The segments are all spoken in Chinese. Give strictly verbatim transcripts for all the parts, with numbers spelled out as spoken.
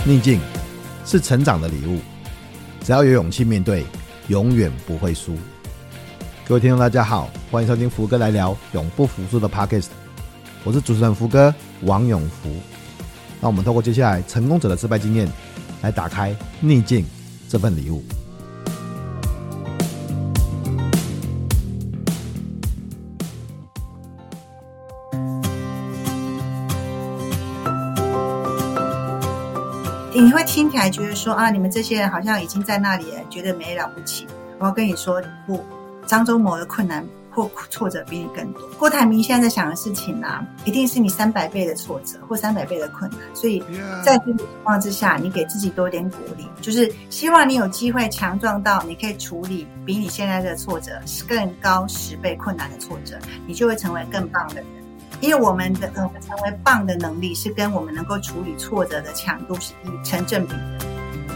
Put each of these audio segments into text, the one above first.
逆境是成长的礼物，只要有勇气面对，永远不会输。各位听众大家好，欢迎收听福哥来聊永不服输的 Podcast， 我是主持人福哥王永福。那我们透过接下来成功者的失败经验，来打开逆境这份礼物。 你会听起来觉得说啊，你们这些人好像已经在那里了，觉得没了不起。我要跟你说，不，张忠谋的困难或挫折比你更多。郭台铭现在在想的事情啊，一定是你三百倍的挫折或三百倍的困难。所以在这个情况之下，你给自己多一点鼓励，就是希望你有机会强壮到你可以处理比你现在的挫折更高十倍困难的挫折，你就会成为更棒的人。因为我们的呃成为棒的能力是跟我们能够处理挫折的强度是一成正比的。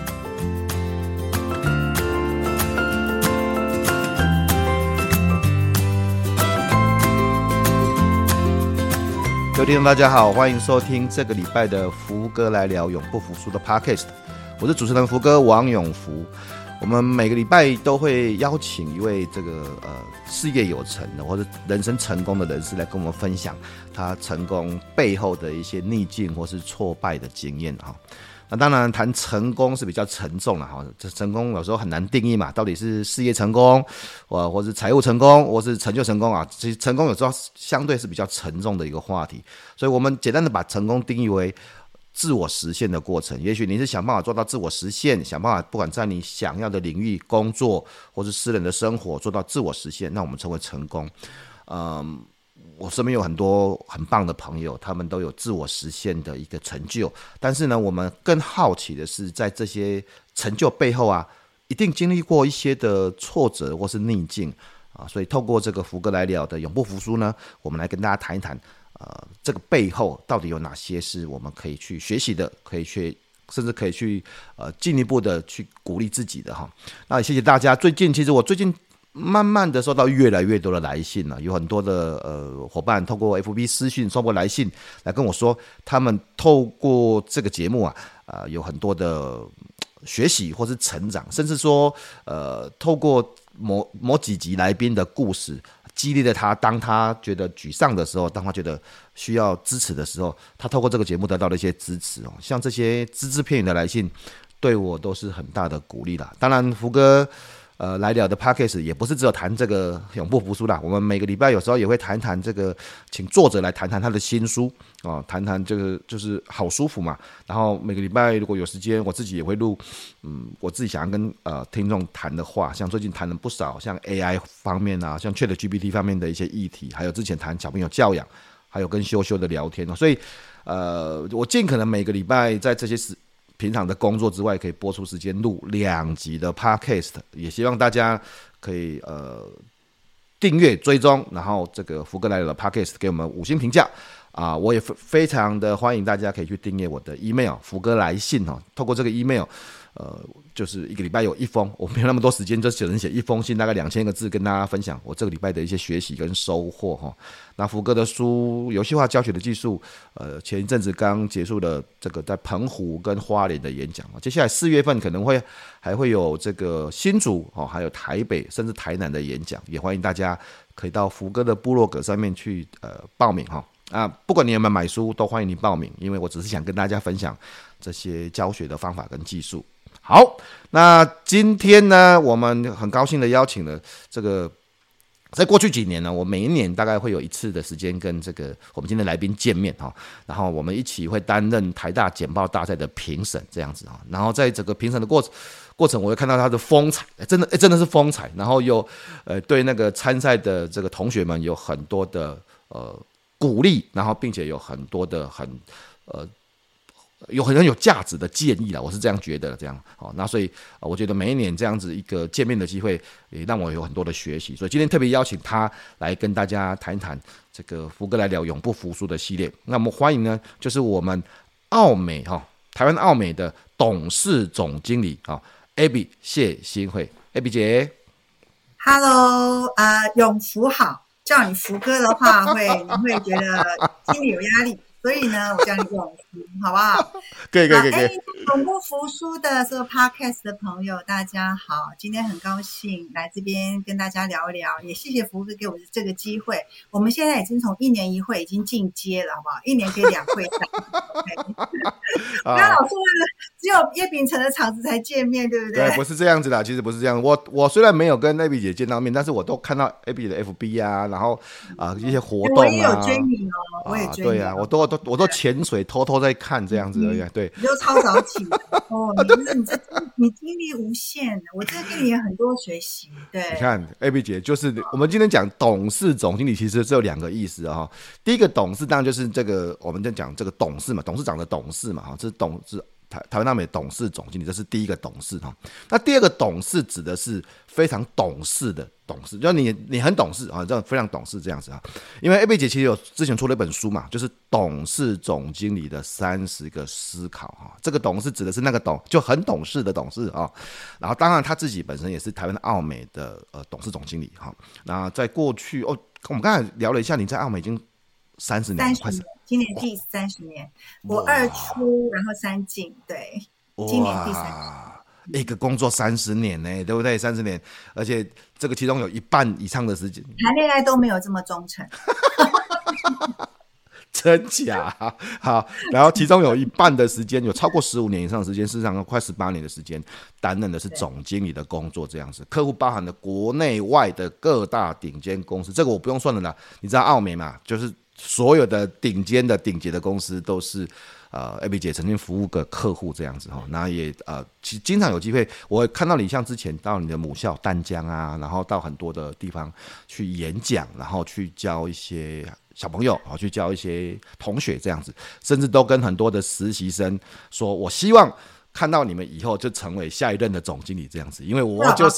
各位听众大家好，欢迎收听这个礼拜的福哥来聊永不服输的 Podcast， 我是主持人福哥王永福。我们每个礼拜都会邀请一位这个呃事业有成的或者人生成功的人士来跟我们分享他成功背后的一些逆境或是挫败的经验哈。那当然谈成功是比较沉重了哈，这成功有时候很难定义嘛，到底是事业成功，或或是财务成功，或是成就成功啊？其实成功有时候相对是比较沉重的一个话题，所以我们简单的把成功定义为自我实现的过程。也许你是想办法做到自我实现，想办法不管在你想要的领域工作或是私人的生活做到自我实现，那我们称为成功。嗯，我身边有很多很棒的朋友，他们都有自我实现的一个成就，但是呢，我们更好奇的是在这些成就背后啊，一定经历过一些的挫折或是逆境啊，所以透过这个福哥来聊的永不服输呢，我们来跟大家谈一谈呃，这个背后到底有哪些是我们可以去学习的，可以去，甚至可以去呃进一步的去鼓励自己的哈。那也谢谢大家。最近其实我最近慢慢的收到越来越多的来信了，有很多的呃伙伴透过 F B 私讯收过来信来跟我说，他们透过这个节目啊，呃有很多的学习或是成长，甚至说呃透过某某几集来宾的故事，激励了他，当他觉得沮丧的时候，当他觉得需要支持的时候，他透过这个节目得到了一些支持哦。像这些只字片语的来信，对我都是很大的鼓励啦。当然，福哥呃来聊的 Podcast 也不是只有谈这个永不服输啦，我们每个礼拜有时候也会谈谈这个，请作者来谈谈他的新书啊，谈谈这个就是好舒服嘛。然后每个礼拜如果有时间，我自己也会录，嗯，我自己想要跟呃听众谈的话，像最近谈了不少，像 A I 方面啊，像 ChatGPT 方面的一些议题，还有之前谈小朋友教养，还有跟修修的聊天，所以呃，我尽可能每个礼拜在这些时平常的工作之外，可以播出时间录两集的 Podcast， 也希望大家可以呃订阅追踪，然后这个福哥来了 Podcast 给我们五星评价啊、呃，我也非常的欢迎大家可以去订阅我的 email 福哥来信哦，透过这个 email， 呃，就是一个礼拜有一封，我没有那么多时间，就只能写一封信，大概两千个字，跟大家分享我这个礼拜的一些学习跟收获哈。那福哥的书游戏化教学的技术，呃，前一阵子刚结束了这个在澎湖跟花莲的演讲，接下来四月份可能会还会有这个新竹哦，还有台北甚至台南的演讲，也欢迎大家可以到福哥的部落格上面去呃报名哈。啊，不管你有没有买书，都欢迎你报名，因为我只是想跟大家分享这些教学的方法跟技术。好，那今天呢，我们很高兴的邀请了这个，在过去几年呢，我每一年大概会有一次的时间跟这个我们今天的来宾见面哈，然后我们一起会担任台大简报大赛的评审这样子哈，然后在整个评审的过程。过程我会看到他的风采，真的真的是风采，然后又呃对那个参赛的这个同学们有很多的呃鼓励，然后并且有很多的很呃有很有价值的建议啦，我是这样觉得这样。好，那所以、呃、我觉得每一年这样子一个见面的机会，也让我有很多的学习，所以今天特别邀请他来跟大家谈一谈这个福哥来聊永不服输的系列。那么欢迎呢，就是我们奥美哈、哦、台湾奥美的董事总经理啊。哦Abby 谢欣慧 ，Abby 姐 ，Hello， 呃，永福好，叫你福哥的话会你会觉得心里有压力。 所以呢，我叫你永福，好不好？ 可以可以可以可以。 哎，永不服输的这个 podcast 的朋友，大家好，今天很高兴来这边跟大家聊一聊，也谢谢福哥给我这个机会。我们现在已经从一年一会已经进阶了，好不好？一年可以两会三。刚刚老师为了只有叶秉成的场子才见面，对不对？ 对，不是这样子的，其实不是这样。我我虽然没有跟 Abby 姐见到面，但是我都看到 Abby 的 F B 啊，然后啊、呃、一些活动啊， 我也有追你哦，我也追你、哦啊，对啊，我都都我都潜水偷偷在看这样子而已。 嗯、 对， 你就超早起哦，你就是你这你精力无限，我这跟你有很多学习。对， 你看 Abby 姐就是我们今天讲董事总经理，其实只有两个意思啊、哦。第一个董事当然就是这个我们在讲这个董事嘛，董事长的董事嘛，哈，这是董事。台台湾大美董事总经理，这是第一个董事哈。那第二个董事指的是非常懂事的董事，就你你很懂事啊，这样非常懂事这样子啊。因为 Abby 姐其实有之前出了一本书嘛，就是董事总经理的三十个思考哈。这个董事指的是那个懂就很懂事的董事啊。然后当然他自己本身也是台湾的奥美的呃董事总经理哈。那在过去哦，我们刚才聊了一下，你在奥美已经三十年了， 三十年，今年第三十年，我二出，然后三进，对，今年第三十年，一个工作三十年呢，对不对？三十年，而且这个其中有一半以上的时间， 谈恋爱都没有这么忠诚， 真假？好，然后其中有一半的时间，有超过十五年以上的时间，事实上有快十八年的时间，担任的是总经理的工作，这样子，客户包含了国内外的各大顶尖公司，这个我不用算了啦，你知道奥美嘛，就是。所有的顶尖的顶级的公司都是呃 Abby 姐曾经服务个客户这样子哈，那也呃其实经常有机会，我看到你像之前到你的母校淡江啊，然后到很多的地方去演讲，然后去教一些小朋友，去教一些同学这样子，甚至都跟很多的实习生说，我希望看到你们以后就成为下一任的总经理这样子，因为我就是。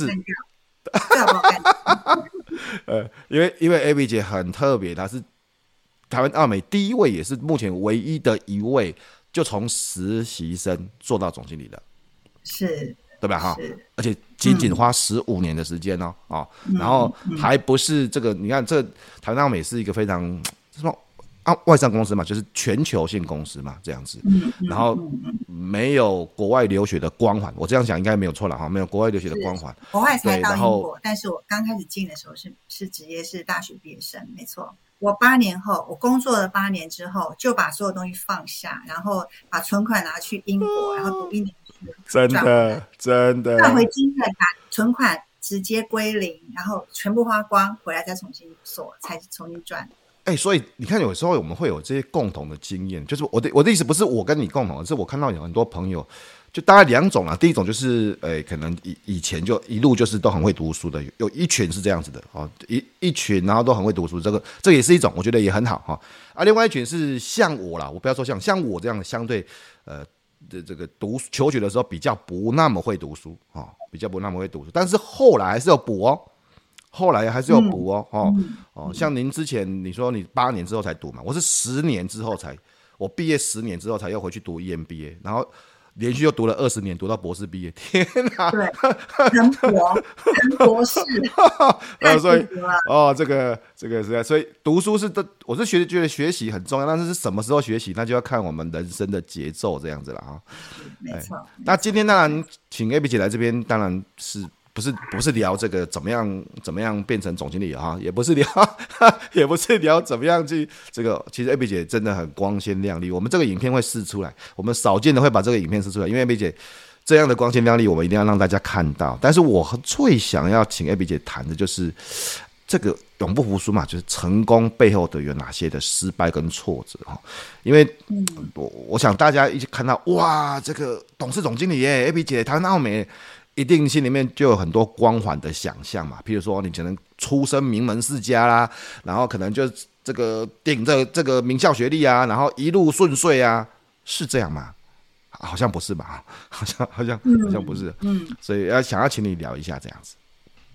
呃，因为因为 Abby 姐很特别，她是。台湾奥美第一位，也是目前唯一的一位，就从实习生做到总经理的， 是， 对吧？哈，而且仅仅花十五年的时间哦，哦、嗯，然后还不是这个，你看这台湾奥美是一个非常什么啊外商公司嘛，就是全球性公司嘛，这样子， 嗯、 然后没有国外留学的光环，我这样讲应该没有错了哈，没有国外留学的光环， 国外才到英国，但是我刚开始进的时候是是直接是大学毕业生，没错。我八年后，我工作了八年之后，就把所有东西放下，然后把存款拿去英国，然后读一年书， 真的真的赚回金再把存款直接归零，然后全部花光，回来再重新做，才重新赚。 哎、欸，所以你看，有时候我们会有这些共同的经验，就是我的我的意思不是我跟你共同，而是我看到有很多朋友。就大概两种啦，第一种就是，诶、欸，可能以以前就一路就是都很会读书的，有一群是这样子的哦，一一群然后都很会读书，这个这也是一种，我觉得也很好哈。啊，另外一群是像我啦，我不要说像像我这样的，相对呃的这个读求学的时候比较不那么会读书哦，比较不那么会读书，但是后来还是有补哦，后来还是有补哦，哦哦，像您之前你说你八年之后才读嘛，我是十年之后才，我毕业十年之后才又回去读 E M B A， 然后。连续又读了二十年，读到博士毕业，天哪！ 对，很博，很博士， 呃，所以哦，这个这个是，所以读书是的，我是觉得觉得学习很重要，但是是什么时候学习，那就要看我们人生的节奏这样子了啊。 没错。 那今天当然请 Abby 姐来这边，当然是。不是不是聊这个怎么样怎么样变成总经理啊，也不是聊也不是聊怎么样去这个，其实 Abby 姐真的很光鲜亮丽，我们这个影片会释出来，我们少见的会把这个影片释出来，因为 Abby 姐这样的光鲜亮丽我们一定要让大家看到。但是我最想要请 Abby 姐谈的就是这个永不服输嘛，就是成功背后的有哪些的失败跟挫折。因为我我想大家一起看到哇，这个董事总经理耶 Abby 姐台湾奥美，一定心里面就有很多光环的想象嘛，譬如说你可能出身名门世家啦，然后可能就这个顶着这个名校学历啊，然后一路顺遂啊，是这样吗？好像不是吧，好像好像好像不是，嗯，所以要想要请你聊一下这样子。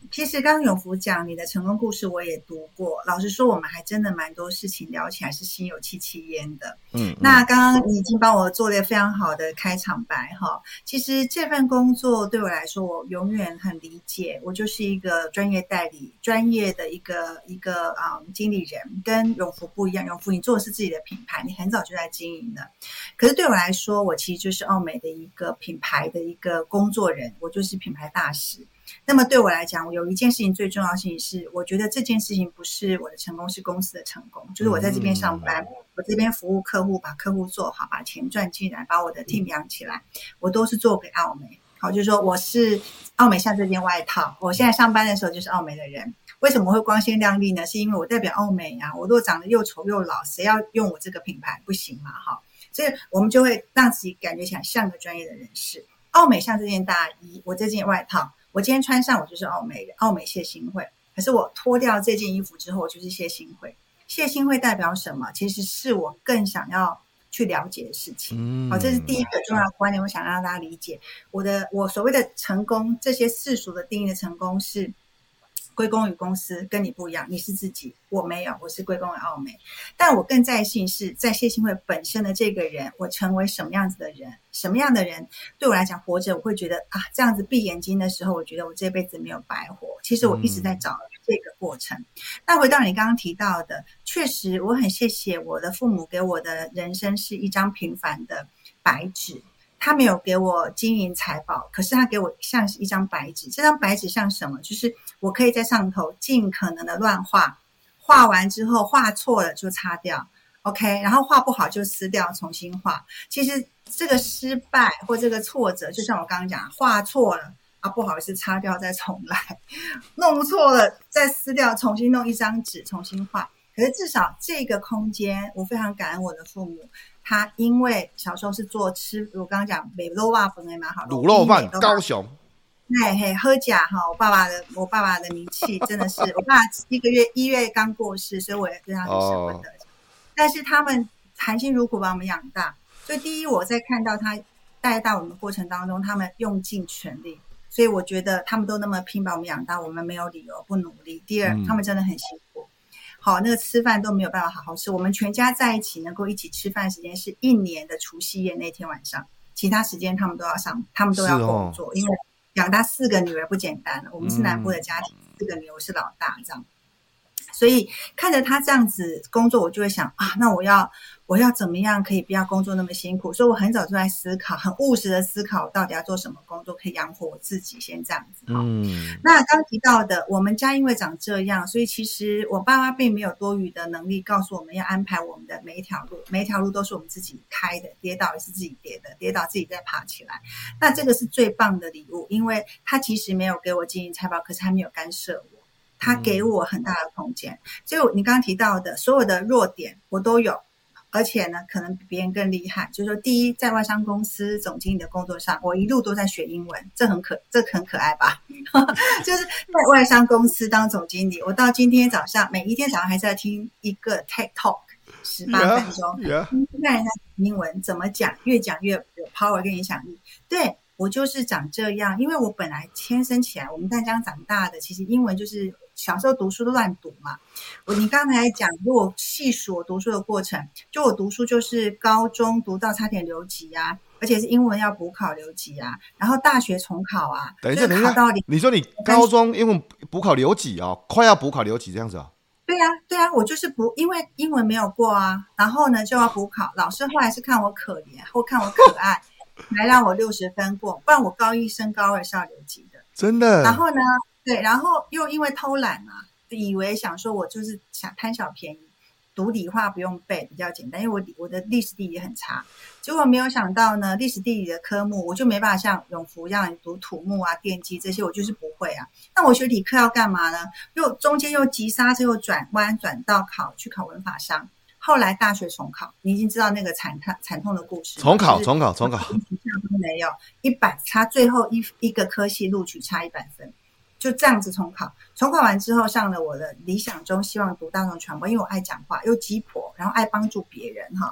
其实刚刚永福讲你的成功故事我也读过，老实说我们还真的蛮多事情聊起来是心有戚戚焉的。嗯，那刚刚你已经帮我做了非常好的开场白哈。其实这份工作对我来说，我永远很理解，我就是一个专业代理，专业的一个一个啊、嗯、经理人，跟永福不一样。永福你做的是自己的品牌，你很早就在经营了。可是对我来说，我其实就是奥美的一个品牌的一个工作人，我就是品牌大使。那么对我来讲，我有一件事情最重要的事情是，我觉得这件事情不是我的成功，是公司的成功。就是我在这边上班，嗯、我这边服务客户，把客户做好，把钱赚进来，把我的 team 养起来，我都是做给奥美。好，就是说我是奥美像这件外套，我现在上班的时候就是奥美的人。为什么会光鲜亮丽呢？是因为我代表奥美啊，我如果长得又丑又老，谁要用我这个品牌？不行嘛，哈。所以我们就会让自己感觉起来像个专业的人士。奥美像这件大衣，我这件外套。我今天穿上我就是奥美的奥美谢欣慧，可是我脱掉这件衣服之后我就是谢欣慧。谢欣慧代表什么？其实是我更想要去了解的事情。嗯，好，这是第一个重要的观念，我想让大家理解。我的我所谓的成功，这些世俗的定义的成功是归功于公司，跟你不一样，你是自己，我没有，我是归功于奥美。但我更在意是在谢欣慧本身的这个人，我成为什么样子的人，什么样的人对我来讲活着，我会觉得啊，这样子闭眼睛的时候，我觉得我这辈子没有白活。其实我一直在找这个过程。嗯、那回到你刚刚提到的，确实我很谢谢我的父母给我的人生是一张平凡的白纸。他没有给我金银财宝，可是他给我像是一张白纸。这张白纸像什么？就是我可以在上头尽可能的乱画，画完之后画错了就擦掉 OK， 然后画不好就撕掉重新画。其实这个失败或这个挫折，就像我刚刚讲，画错了啊，不好意思擦掉再重来，弄错了再撕掉重新弄一张纸重新画。可是至少这个空间，我非常感恩我的父母。他因为小时候是做吃，我刚刚讲美肉饭的嘛，好卤肉饭，高雄， 嘿嘿，喝甲哈，我爸爸的我爸爸的名气真的是，我爸爸一个月一月刚过世，所以我也对他很舍不得。哦、但是他们含辛茹苦把我们养大，所以第一我在看到他带大我们的过程当中，他们用尽全力，所以我觉得他们都那么拼把我们养大，我们没有理由不努力。第二，嗯、他们真的很辛苦。好，那个吃饭都没有办法好好吃。我们全家在一起能够一起吃饭时间是一年的除夕夜那天晚上，其他时间他们都要上，他们都要工作，哦、因为养大四个女儿不简单了。我们是南部的家庭，嗯、四个女儿我是老大，这样。所以看着他这样子工作，我就会想啊，那我要我要怎么样可以不要工作那么辛苦？所以我很早就在思考，很务实的思考，我到底要做什么工作可以养活我自己，先这样子。嗯，那刚提到的，我们家因为长这样，所以其实我爸妈并没有多余的能力告诉我们要安排我们的每一条路，每一条路都是我们自己开的，跌倒也是自己跌的，跌倒自己再爬起来。那这个是最棒的礼物，因为他其实没有给我金银财宝，可是他没有干涉我。他给我很大的空间，所以你刚刚提到的所有的弱点我都有，而且呢可能比别人更厉害。就是说第一，在外商公司总经理的工作上，我一路都在学英文，这很可这很可爱吧就是在外商公司当总经理，我到今天早上每一天早上还是在听一个 TED Talk 十八分钟，听看人家英文怎么讲，越讲越有 power 跟影响力。对，我就是长这样，因为我本来天生起来，我们淡江长大的，其实英文就是小时候读书都乱读嘛。我你刚才讲，如果细数我读书的过程，就我读书就是高中读到差点留级啊，而且是英文要补考留级啊，然后大学重考啊。 等一下，等一下，你说你高中英文补考留级啊，快要补考留级这样子啊？ 对啊，对啊，我就是补，因为英文没有过啊，然后呢就要补考，老师后来是看我可怜或看我可爱。来让我六十分过，不然我高一升高二是要留级的， 真的。 然后呢，对，然后又因为偷懒啊，以为想说我就是想贪小便宜，读理化不用背，比较简单，因为我我的历史地理很差，结果没有想到呢，历史地理的科目我就没办法像永福一样读土木啊、电机这些，我就是不会啊。那我学理科要干嘛呢？又中间又急刹车，又转弯转到考去考文法商。后来大学重考，你已经知道那个惨惨痛的故事。 重考，重考，重考， 都没有一百，差最后一一个科系录取差一百分，就这样子重考。重考完之后，上了我的理想中希望读大众传播，因为我爱讲话，又鸡婆，然后爱帮助别人哈。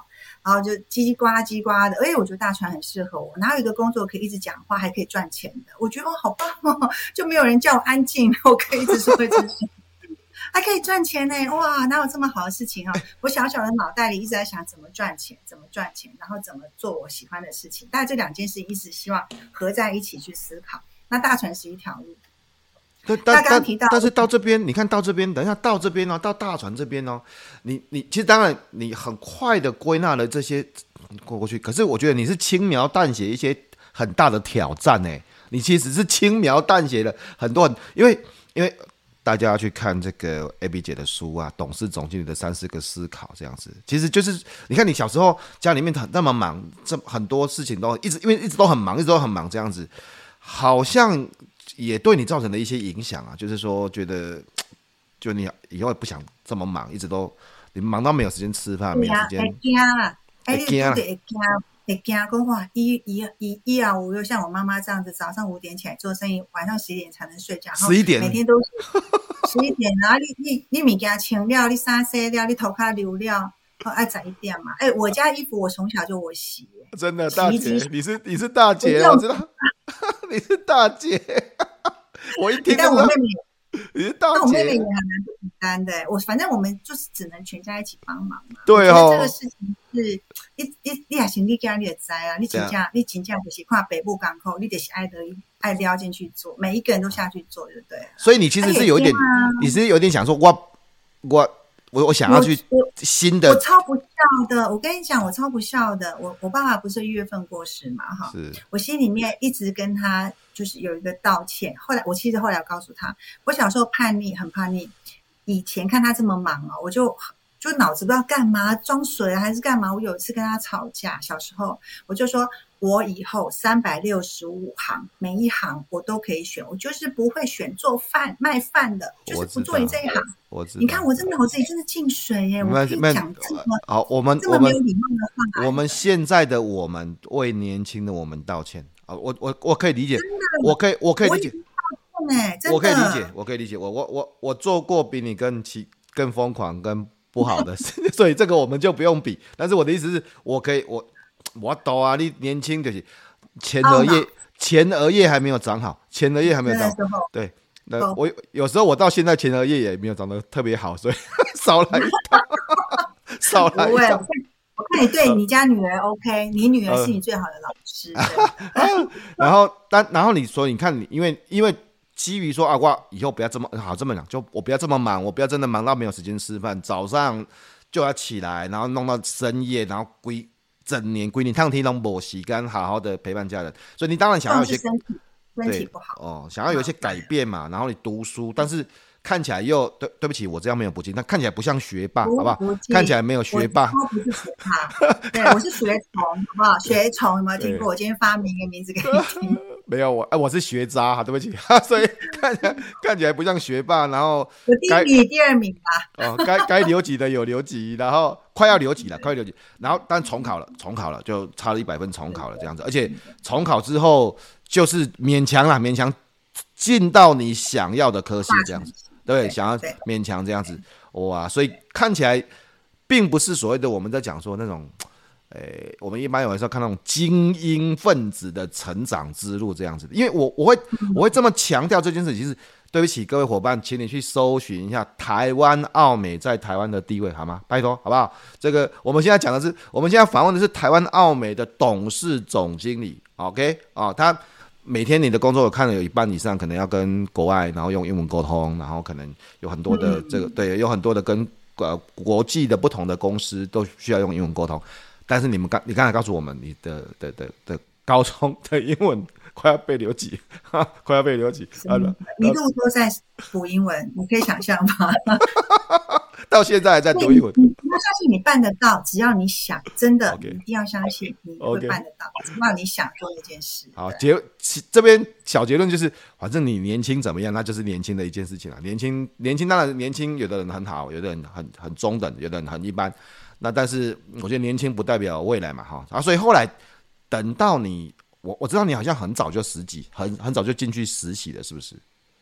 然后就叽叽呱啦叽呱的，而且我觉得大船很适合我，哪有一个工作可以一直讲话还可以赚钱的？我觉得哦好棒哦，就没有人叫我安静，我可以一直说一直说，还可以赚钱呢，哇，哪有这么好的事情啊？我小小的脑袋里一直在想怎么赚钱，怎么赚钱，然后怎么做我喜欢的事情，但这两件事一直希望合在一起去思考。那大船是一条路。 但但但但是到这边，你看到这边，等一下到这边哦，到大船这边哦，你你其实当然你很快的归纳了这些过过去，可是我觉得你是轻描淡写一些很大的挑战呢。你其实是轻描淡写了很多很，因为因为大家要去看这个 Abby 姐的书啊，董事总经理的三四个思考这样子，其实就是你看你小时候家里面那么忙，这很多事情都一直因为一直都很忙，一直都很忙这样子，好像。也对你造成的一些影响啊，就是说觉得，就你以后也不想这么忙，一直都你忙到没有时间吃饭，没有时间。 会惊啦，哎，你会惊，会惊，讲哇，以以以以后我又像我妈妈这样子，早上五点起来做生意，晚上十一点才能睡觉， 十一点， 每天都是十一点，然后你你你物件清了，你衫洗了，你头壳留了，爱十一点嘛。哎，我家衣服我从小就我洗， 真的大姐，你是你是大姐，我知道。你是大姐，我一听就知道。但我妹妹，你是大姐，但我妹妹也很难负担的。我反正我们就是只能全家一起帮忙嘛。 对哦，这个事情是，你你你也是你家你也知啊，你真正你真正就是看北部港口，你就是爱得爱撩进去做，每一个人都下去做，就对了。 所以你其实是有一点，你是有点想说，我我。我我想要去新的， 我超不孝的。我跟你讲，我超不孝的。我我爸爸不是一月份过世嘛，哈，我心里面一直跟他就是有一个道歉。后来我其实后来告诉他，我小时候叛逆，很叛逆。以前看他这么忙哦，我就就脑子不知道干嘛，装水还是干嘛。我有一次跟他吵架，小时候我就说。我以后三百六十五行，每一行我都可以选，我就是不会选做饭卖饭的，就是不做你这一行。 我知道， 你看我这脑子里真是进水耶！我可以讲这么好，我们这么没有礼貌的话。我们现在的我们为年轻的我们道歉啊！我我我可以理解，我可以我可以理解，我可以理解，我可以理解。我我我我做过比你更奇、更疯狂、更不好的事，所以这个我们就不用比。但是我的意思是，我可以我。我懂啊，你年轻就是前额叶，前额叶还没有长好，前额叶还没有长好。对，那我有时候我到现在前额叶也没有长得特别好，所以少来一套，少来一套。 我看你对你家女儿 OK， 你女儿是你最好的老师。 呃、然后，但然后你说，你看你，因为因为基于说啊，我以后不要这么好，这么讲，就我不要这么忙，我不要真的忙到没有时间吃饭，早上就要起来，然后弄到深夜，然后归。整年规定趟天都没时间好好的陪伴家人，所以你当然想要有些身体身体不好哦，想要有一些改变嘛。然后你读书，但是看起来又对对不起，我这样没有补习，但看起来不像学霸，好不好？看起来没有学霸， 我不是学霸，对，我是学虫，好不好？学虫有没有听过？我今天发明一个名字给你听。 没有我，哎，我是学渣，对不起，所以看起来看起来不像学霸，然后我第一名、第二名吧。 哦，该该留级的有留级，然后快要留级了，快要留级，然后但重考了，重考了，就差了一百分，重考了这样子，而且重考之后就是勉强啦，勉强进到你想要的科系这样子，对，想要勉强这样子，哇，所以看起来并不是所谓的我们在讲说那种。诶，我们一般有的时候看那种精英分子的成长之路这样子的，因为我我会我会这么强调这件事，其实对不起各位伙伴，请你去搜寻一下台湾奥美在台湾的地位，好吗？拜托，好不好？这个我们现在讲的是，我们现在访问的是台湾奥美的董事总经理 ，OK 啊、哦，他每天你的工作我看了有一半以上可能要跟国外，然后用英文沟通，然后可能有很多的这个对，有很多的跟呃国际的不同的公司都需要用英文沟通。但是你们刚你刚才告诉我们，你的的的的高中的英文快要被留级，快要被留级， 一路都在补英文，你可以想象吗？ 到现在还在读英文。 你要相信你办得到，只要你想，真的， okay. 你一定要相信你会办得到， okay. 只要你想做一件事。 好，结这边小结论就是，反正你年轻怎么样，那就是年轻的一件事情了。年轻年轻当然年轻，有的人很好，有的人很很中等，有的人很一般。那但是我觉得年轻不代表未来嘛，哈啊，所以后来等到你，我我知道你好像很早就实习，很很早就进去实习了，是不是？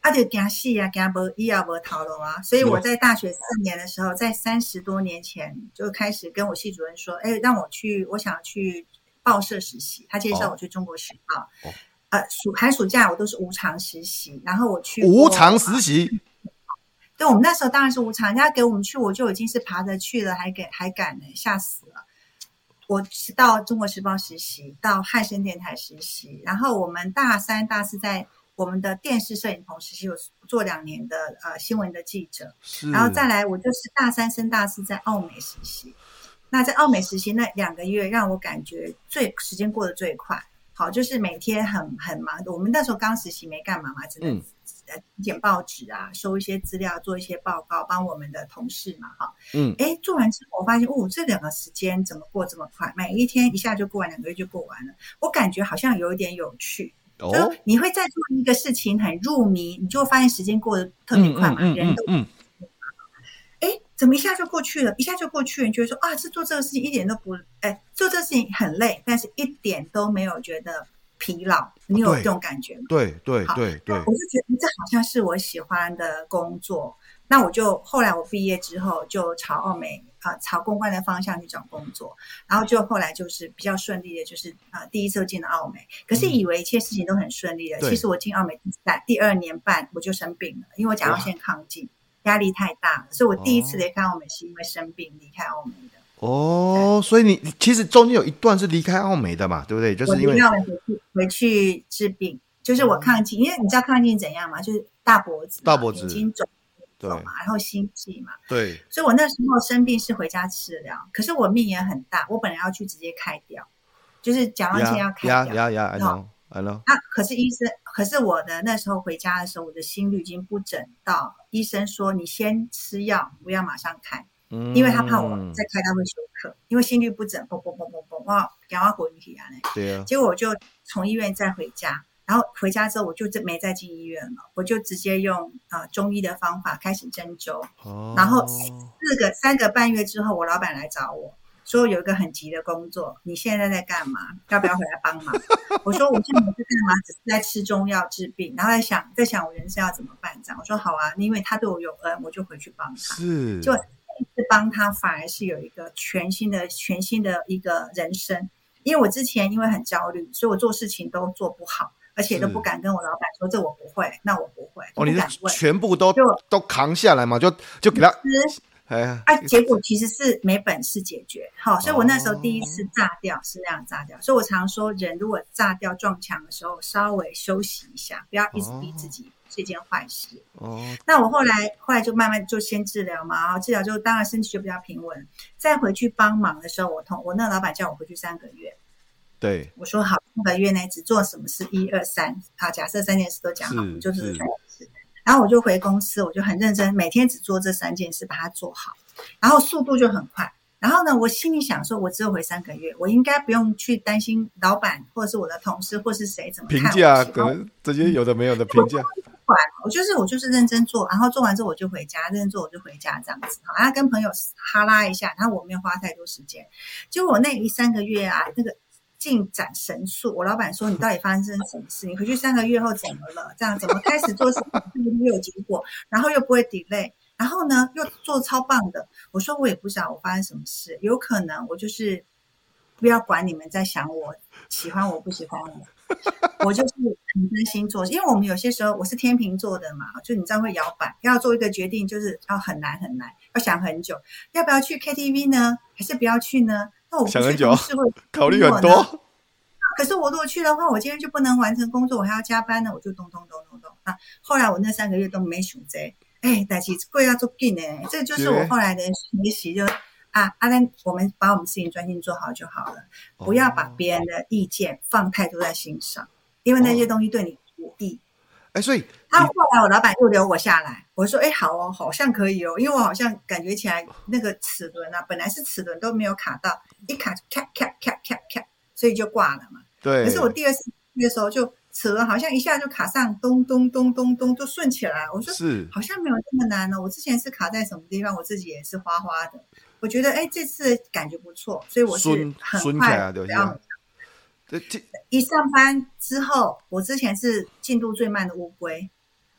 啊就惊死啊，惊无以后无头路啊。所以我在大学四年的时候，在三十多年前就开始跟我系主任说，哎，让我去，我想去报社实习。他介绍我去中国时报，哦、呃，暑寒暑假我都是无偿实习，然后我去无偿实习。 对，我们那时候当然是无偿，人家给我们去，我就已经是爬着去了，还给还敢呢，吓死了。我是到中国时报实习，到汉声电台实习，然后我们大三、大四在我们的电视摄影棚实习，有做两年的呃新闻的记者，然后再来我就是大三升大四在奥美实习。那在奥美实习那两个月，让我感觉最时间过得最快。好，就是每天很很忙的。我们那时候刚实习没干嘛嘛，只能剪报纸啊，收一些资料，做一些报告，帮我们的同事嘛，哈。嗯，哎，做完之后我发现，哦，这两个时间怎么过这么快？每一天一下就过完，两个月就过完了。我感觉好像有一点有趣，哦、就是你会在做一个事情很入迷，你就会发现时间过得特别快嘛，嗯嗯嗯嗯、人都。嗯哎，怎么一下就过去了？一下就过去了，你觉得说啊，这做这个事情一点都不，哎，做这个事情很累，但是一点都没有觉得疲劳。你有这种感觉吗？ 对对对对， 我就觉得这好像是我喜欢的工作。那我就后来我毕业之后就朝奥美啊、呃，朝公关的方向去找工作，然后就后来就是比较顺利的，就是啊、呃，第一次进了奥美，可是以为一切事情都很顺利的。嗯、其实我进奥美在第二年半我就生病了，因为我甲状腺亢进。压力太大了，所以我第一次离开奥美是因为生病离开奥美的。 哦，所以你其实中间有一段是离开奥美的嘛，对不对？就是因为我回去回去治病，就是我亢进，因为你知道亢进怎样嘛，就是大脖子、 大脖子、 眼睛肿嘛，然后心悸嘛。 对。 所以我那时候生病是回家治疗，可是我命也很大，我本来要去直接开掉，就是甲状腺要开掉。 呀呀呀 I know I know。 啊，可是医生，可是我的那时候回家的时候，我的心率已经不整到，医生说你先吃药，不要马上开，嗯、因为他怕我再开他会休克，因为心率不整，嘣嘣嘣嘣嘣，哇，赶快滚起来嘞。 对啊。 结果我就从医院再回家，然后回家之后我就没再进医院了，我就直接用啊、呃、中医的方法开始针灸，哦、然后四个三个半月之后，我老板来找我。说有一个很急的工作，你现在在干嘛？要不要回来帮忙？我说我现在不是干嘛，只是在吃中药治病，然后在想在想我人生要怎么办这样。我说好啊，因为他对我有恩，我就回去帮他。 是， 就这一次帮他，反而是有一个全新的、全新的一个人生。因为我之前因为很焦虑，所以我做事情都做不好，而且都不敢跟我老板说这我不会，那我不会。 哦，你是全部都都扛下来嘛？就就给他。 啊，结果其实是没本事解决，好，所以我那时候第一次炸掉是那样炸掉，所以我常说，人如果炸掉撞墙的时候，稍微休息一下，不要一直逼自己是一件坏事。哦，那我后来后来就慢慢就先治疗嘛，然后治疗之后，当然身体就比较平稳。再回去帮忙的时候，我同我那个老板叫我回去三个月， 对， 我说好，三个月内只做什么事，一二三，好，假设三件事都讲好，就是这三件事。然后我就回公司，我就很认真，每天只做这三件事，把它做好，然后速度就很快。然后呢，我心里想说，我只有回三个月，我应该不用去担心老板或者是我的同事或是谁怎么看评价，可能这些有的没有的评价。 我就是我就是认真做，然后做完之后我就回家，认真做我就回家这样子，好，然后跟朋友哈拉一下，然后我没有花太多时间。结果我那一三个月啊，那个进展神速，我老板说你到底发生什么事？你回去三个月后怎么了？这样怎么开始做事情又有结果，然后又不会 delay， 然后呢又做超棒的。我说我也不知道我发生什么事，有可能我就是不要管你们在想我喜欢我不喜欢我，我就是很真心做。因为我们有些时候我是天秤座的嘛，就你知道会摇摆，要做一个决定就是要很难很难，要想很久，要不要去 K T V 呢？还是不要去呢？那我想很久，考虑很多。 可是我如果去的话，我今天就不能完成工作，我还要加班呢，我就咚咚咚咚咚啊！后来我那三个月都没想这，哎，但是贵要做紧呢，这个就是我后来的学习，就啊啊，那我们把我们事情专心做好就好了，不要把别人的意见放太多在心上，因为那些东西对你无益。 哎，所以他后来我老板又留我下来，我说哎好哦，好像可以哦，因为我好像感觉起来那个齿轮啊，本来是齿轮都没有卡到，一卡就咔咔咔咔咔，所以就挂了嘛。 对。 可是我第二次的时候就齿轮好像一下就卡上，咚咚咚咚咚就顺起来。我说是好像没有这么难哦，我之前是卡在什么地方，我自己也是花花的。我觉得哎这次感觉不错，所以我是很快不要。一上班之后，我之前是进度最慢的乌龟，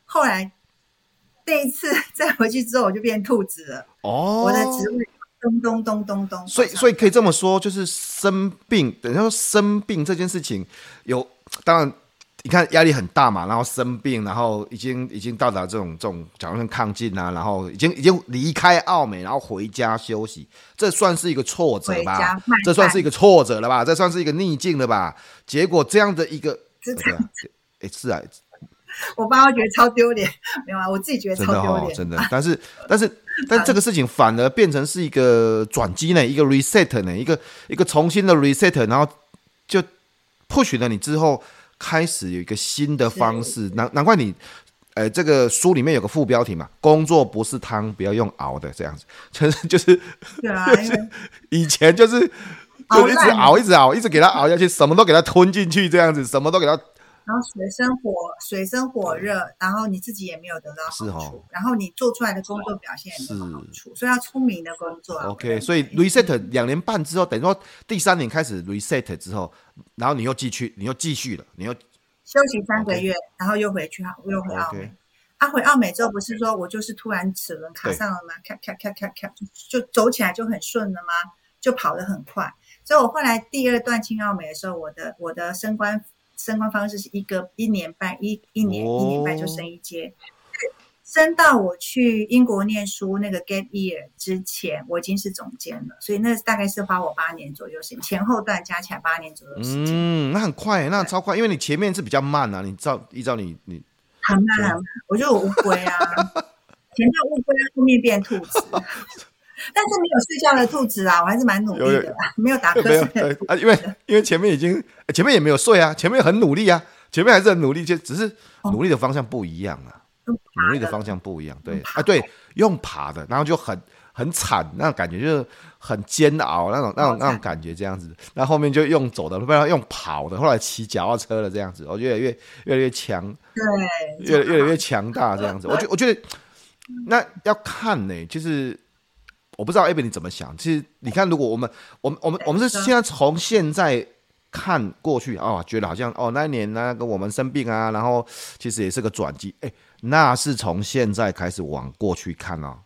后来那一次再回去之后，我就变兔子了。哦，我的职位咚咚咚咚咚。 所以，所以可以这么说，就是生病，等于说生病这件事情有，当然。你看压力很大嘛，然后生病，然后已经已经到达这种这种，假如说亢进啊，然后已经已经离开奥美，然后回家休息，这算是一个挫折吧？这算是一个挫折了吧？这算是一个逆境了吧？结果这样的一个，哎、啊，是啊， 我爸会觉得超丢脸，没有啊，我自己觉得超丢脸、 哦，真的。但是但是但这个事情反而变成是一个转机呢，一个 reset 呢，一个一个重新的 reset， 然后就 push 了你之后。开始有一个新的方式，难难怪你，呃，这个书里面有个副标题嘛，工作不是汤，不要用熬的这样子，就是就是， 对啊， 就是以前就是就一直熬，一直熬，一直给他熬下去，什么都给他吞进去，这样子，什么都给他。 然后水深火水深火热，然后你自己也没有得到好处，然后你做出来的工作表现也没有好处，所以要聪明的工作、啊。 OK， 所以 reset 两年半之后，等于说第三年开始 reset 之后，然后你又继续，你又继续了，你又休息三个月， okay. 然后又回去，又回澳美。Okay. 啊，回澳美之后不是说我就是突然齿轮卡上了吗？咔咔咔咔咔，就走起来就很顺了吗？就跑得很快。所以我后来第二段进澳美的时候，我的我的升官。升官方式是一个一年半一一年、哦、一年半就升一阶，升到我去英国念书那个 gap year 之前，我已经是总监了，所以那大概是花我八年左右时间，前后段加起来八年左右时间。 嗯，那很快，那超快，因为你前面是比较慢啊，你照依照你你很慢很慢，我就有乌龟啊，前面乌龟，后面变兔子。但是没有睡觉的兔子啊，我还是蛮努力的啦，有有没有打瞌睡啊，因为因为前面已经前面也没有睡啊，前面很努力啊，前面还是很努力，就只是努力的方向不一样啊，哦、努力的方向不一样，对啊，对，用爬的，然后就很很惨，那种感觉就是很煎熬那种那种那种感觉这样子，那后面就用走的，不然用跑的，后来骑脚踏车了这样子，我越来越越来越强， 对， 越越来越强大这样子，我觉我觉得那要看呢、欸，就是。我不知道 Abby 你怎么想？其实你看，如果我们我们我们我们是现在从现在看过去哦，觉得好像哦那一年那个我们生病啊，然后其实也是个转机，哎，那是从现在开始往过去看哦。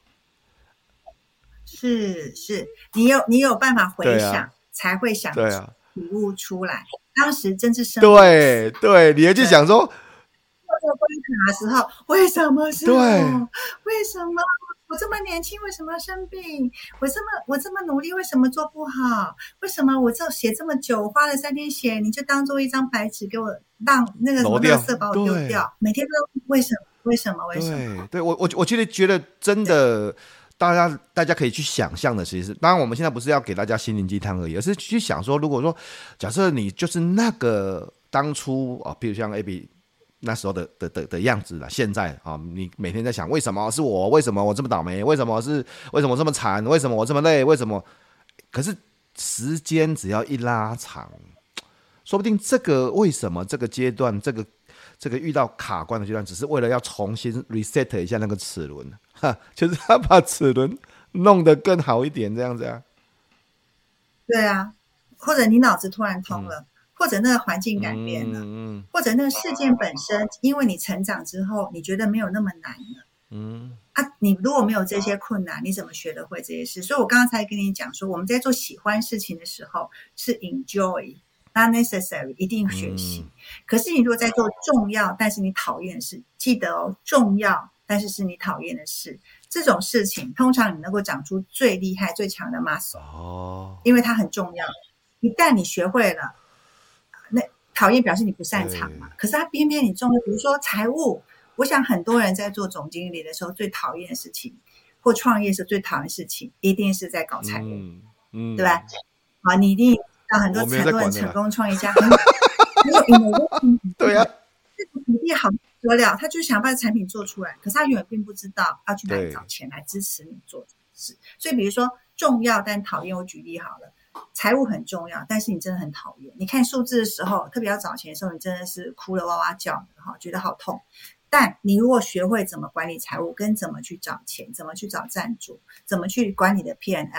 是是，你有你有办法回想，啊、才会想体悟出来。当时真是生对对，你也去想说， 做关卡的时候，为什么是我？为什么？我这么年轻，为什么要生病？我这么我这么努力，为什么做不好？为什么我这写这么久，花了三天写，你就当做一张白纸给我让那个什么垃圾把我丢掉？每天都为什么？为什么？为什么？ 对，对我我我其实觉得真的，大家大家可以去想象的，其实当然我们现在不是要给大家心灵鸡汤而已，而是去想说，如果说假设你就是那个当初啊，比如像 Abby。那时候的的的的样子了，现在啊，你每天在想为什么是我？为什么我这么倒霉？为什么是？为什么我这么惨？为什么我这么累？为什么？可是时间只要一拉长，说不定这个为什么这个阶段，这个这个遇到卡关的阶段，只是为了要重新 reset 一下那个齿轮，哈，就是要把齿轮弄得更好一点，这样子啊。 对啊，或者你脑子突然通了。嗯，或者那个环境改变了，嗯，或者那个事件本身，因为你成长之后，你觉得没有那么难了，嗯，啊，你如果没有这些困难，你怎么学得会这些事？所以我刚刚才跟你讲说，我们在做喜欢事情的时候是 enjoy， not necessary， 一定学习。嗯，可是你如果在做重要但是你讨厌的事，记得哦，重要但是是你讨厌的事，这种事情通常你能够长出最厉害、最强的 muscle，哦，因为它很重要。一旦你学会了。那讨厌表示你不擅长嘛，可是他偏偏你重要，比如说财务，我想很多人在做总经理的时候最讨厌的事情，或创业时最讨厌的事情，一定是在搞财务，嗯嗯，对吧？好，你一定知道很多很多人成功创业家很有 innovation， 对啊，这个比例好得了，他就想把产品做出来，可是他永远并不知道要去哪里找钱来支持你做这件事。所以比如说重要但讨厌，我举例好了。财务很重要，但是你真的很讨厌。你看数字的时候，特别要找钱的时候，你真的是哭了哇哇叫，觉得好痛。但你如果学会怎么管理财务，跟怎么去找钱，怎么去找赞助，怎么去管理的 P and L，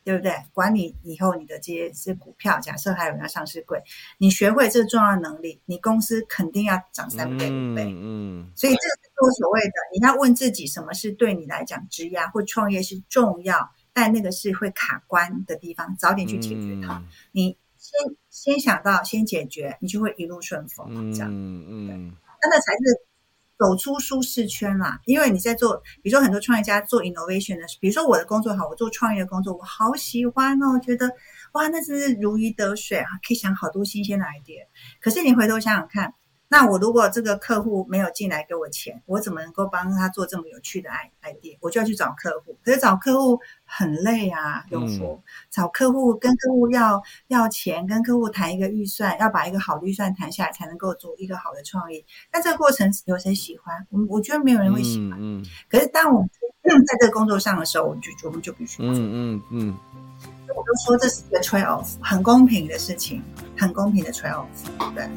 对不对？管理以后你的这些是股票，假设还有人要上市柜，你学会这个重要的能力，你公司肯定要涨三倍五倍。嗯，嗯所以这是我所谓的，你要问自己什么是对你来讲职业或创业是重要，但那个是会卡关的地方，早点去解决它。嗯、你先先想到，先解决，你就会一路顺风。这样，嗯嗯，那那才是走出舒适圈啦。因为你在做，比如说很多创业家做 innovation 的，比如说我的工作好，我做创业的工作，我好喜欢哦，觉得哇，那真是如鱼得水啊，可以想好多新鲜的 idea。可是你回头想想看。那我如果这个客户没有进来给我钱，我怎么能够帮他做这么有趣的 idea？ 我就要去找客户，可是找客户很累啊，永福、嗯、找客户跟客户要要钱，跟客户谈一个预算，要把一个好的预算谈下来，才能够做一个好的创意。但这个过程有谁喜欢？我我觉得没有人会喜欢。嗯嗯、可是当我们在这个工作上的时候，我们就我们就必须做。嗯嗯嗯。我就说这是一个 trade off， 很公平的事情，很公平的 trade off， 对。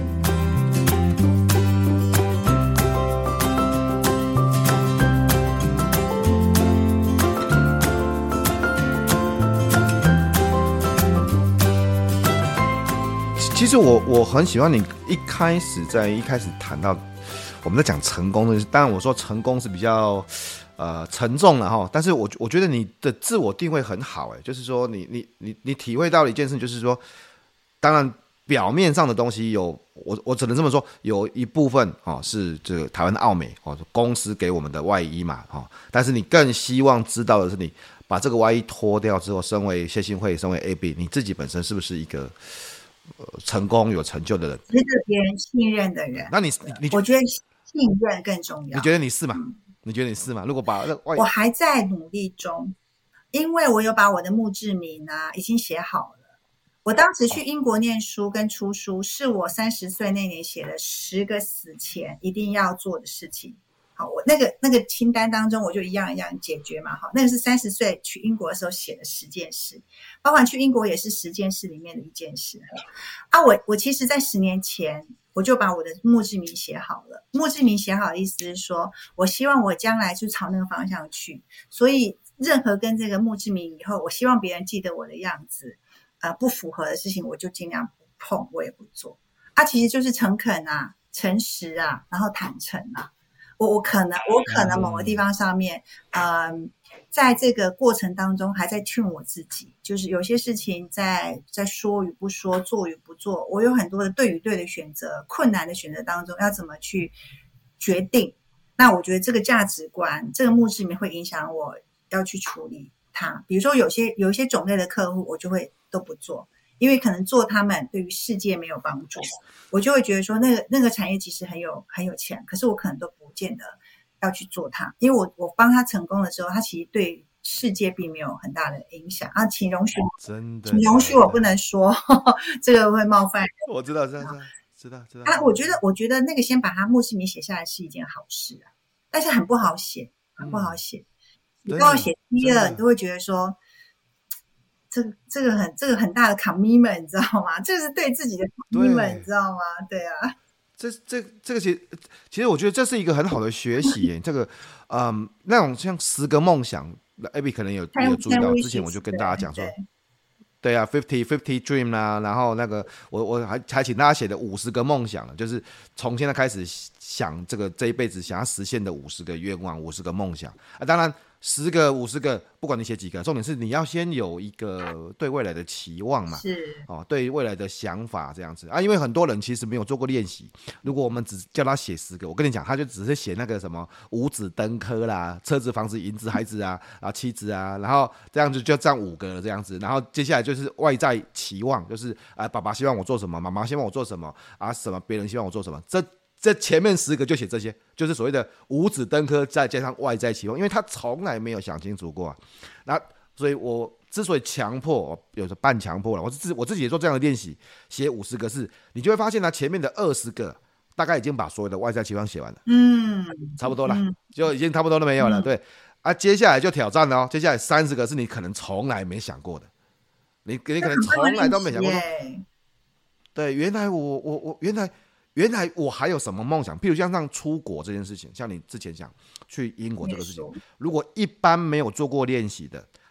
其实我我很喜欢你一开始在一开始谈到我们在讲成功的，当然我说成功是比较呃沉重了哈，但是我我觉得你的自我定位很好哎，就是说你你你你体会到了一件事，就是说，当然表面上的东西有我我只能这么说，有一部分哦是这个台湾的奥美哦公司给我们的外衣嘛哦，但是你更希望知道的是你把这个外衣脱掉之后，身为谢信慧，身为 A B， 你自己本身是不是一个？呃，成功有成就的人， 值得别人信任的人。 那你你我觉得信任更重要。 你觉得你是吗？嗯、你觉得你是吗？如果把我还在努力中，因为我有把我的墓志铭啊已经写好了。我当时去英国念书跟出书，是我三十岁那年写的十个死前一定要做的事情。好，我那个那个清单当中，我就一样一样解决嘛。好，那个是三十岁去英国的时候写的十件事，包括去英国也是十件事里面的一件事。啊，我我其实在十年前我就把我的墓志铭写好了。墓志铭写好的意思是说，我希望我将来就朝那个方向去，所以任何跟这个墓志铭以后，我希望别人记得我的样子，呃，不符合的事情，我就尽量不碰，我也不做。啊，其实就是诚恳啊，诚实啊，然后坦诚啊。我我可能我可能某个地方上面，嗯，在这个过程当中还在 tune 我自己，就是有些事情在在说与不说，做与不做，我有很多的对与对的选择，困难的选择当中要怎么去决定？那我觉得这个价值观，这个墓志铭会影响我要去处理它。比如说有些有一些种类的客户，我就会都不做。因为可能做他们对于世界没有帮助，我就会觉得说那个那个产业其实很有很有钱，可是我可能都不见得要去做它，因为我我帮他成功的时候，他其实对世界并没有很大的影响啊。请容许， 真的， 请容许我不能说呵呵这个会冒犯人。 我知道，知道，知道，知道。 啊，我觉得我觉得那个先把他墓志铭写下来是一件好事啊，但是很不好写，很不好写。嗯、你都要写第二，你都会觉得说。这个这个很这个很大的 commitment， 你知道吗？这是对自己的 commitment， 你知道吗？对啊， 这这这个其实其实我觉得这是一个很好的学习耶。这个嗯，那种像十个梦想 ，Abby 可能有有注意到，之前我就跟大家讲说，对啊 ，fifty fifty dream 啦，然后那个我我还还请大家写的五十个梦想了，就是从现在开始想这个这一辈子想要实现的五十个愿望，五十个梦想啊，当然。十个、五十个，不管你写几个，重点是你要先有一个对未来的期望嘛， 是哦，对未来的想法这样子啊。因为很多人其实没有做过练习，如果我们只叫他写十个，我跟你讲，他就只是写那个什么五子登科啦、车子、房子、银子、孩子啊，然后妻子啊，然后这样子就这样五个了这样子，然后接下来就是外在期望，就是啊，爸爸希望我做什么，妈妈希望我做什么啊，什么别人希望我做什么，这。这前面十个就写这些，就是所谓的五子登科，再加上外在期望，因为他从来没有想清楚过、啊。那所以我之所以强迫，有时候半强迫了，我自我自己也做这样的练习，写五十个是，你就会发现呢，前面的二十个大概已经把所有的外在期望写完了，嗯，差不多了，嗯、就已经差不多都没有了，嗯、对啊，接下来就挑战了哦，接下来三十个是你可能从来没想过的，你你可能从来都没想过说，对，原来我我我原来。原来我还有什么梦想？譬如像像出国这件事情，像你之前讲去英国这个事情，如果一般没有做过练习的，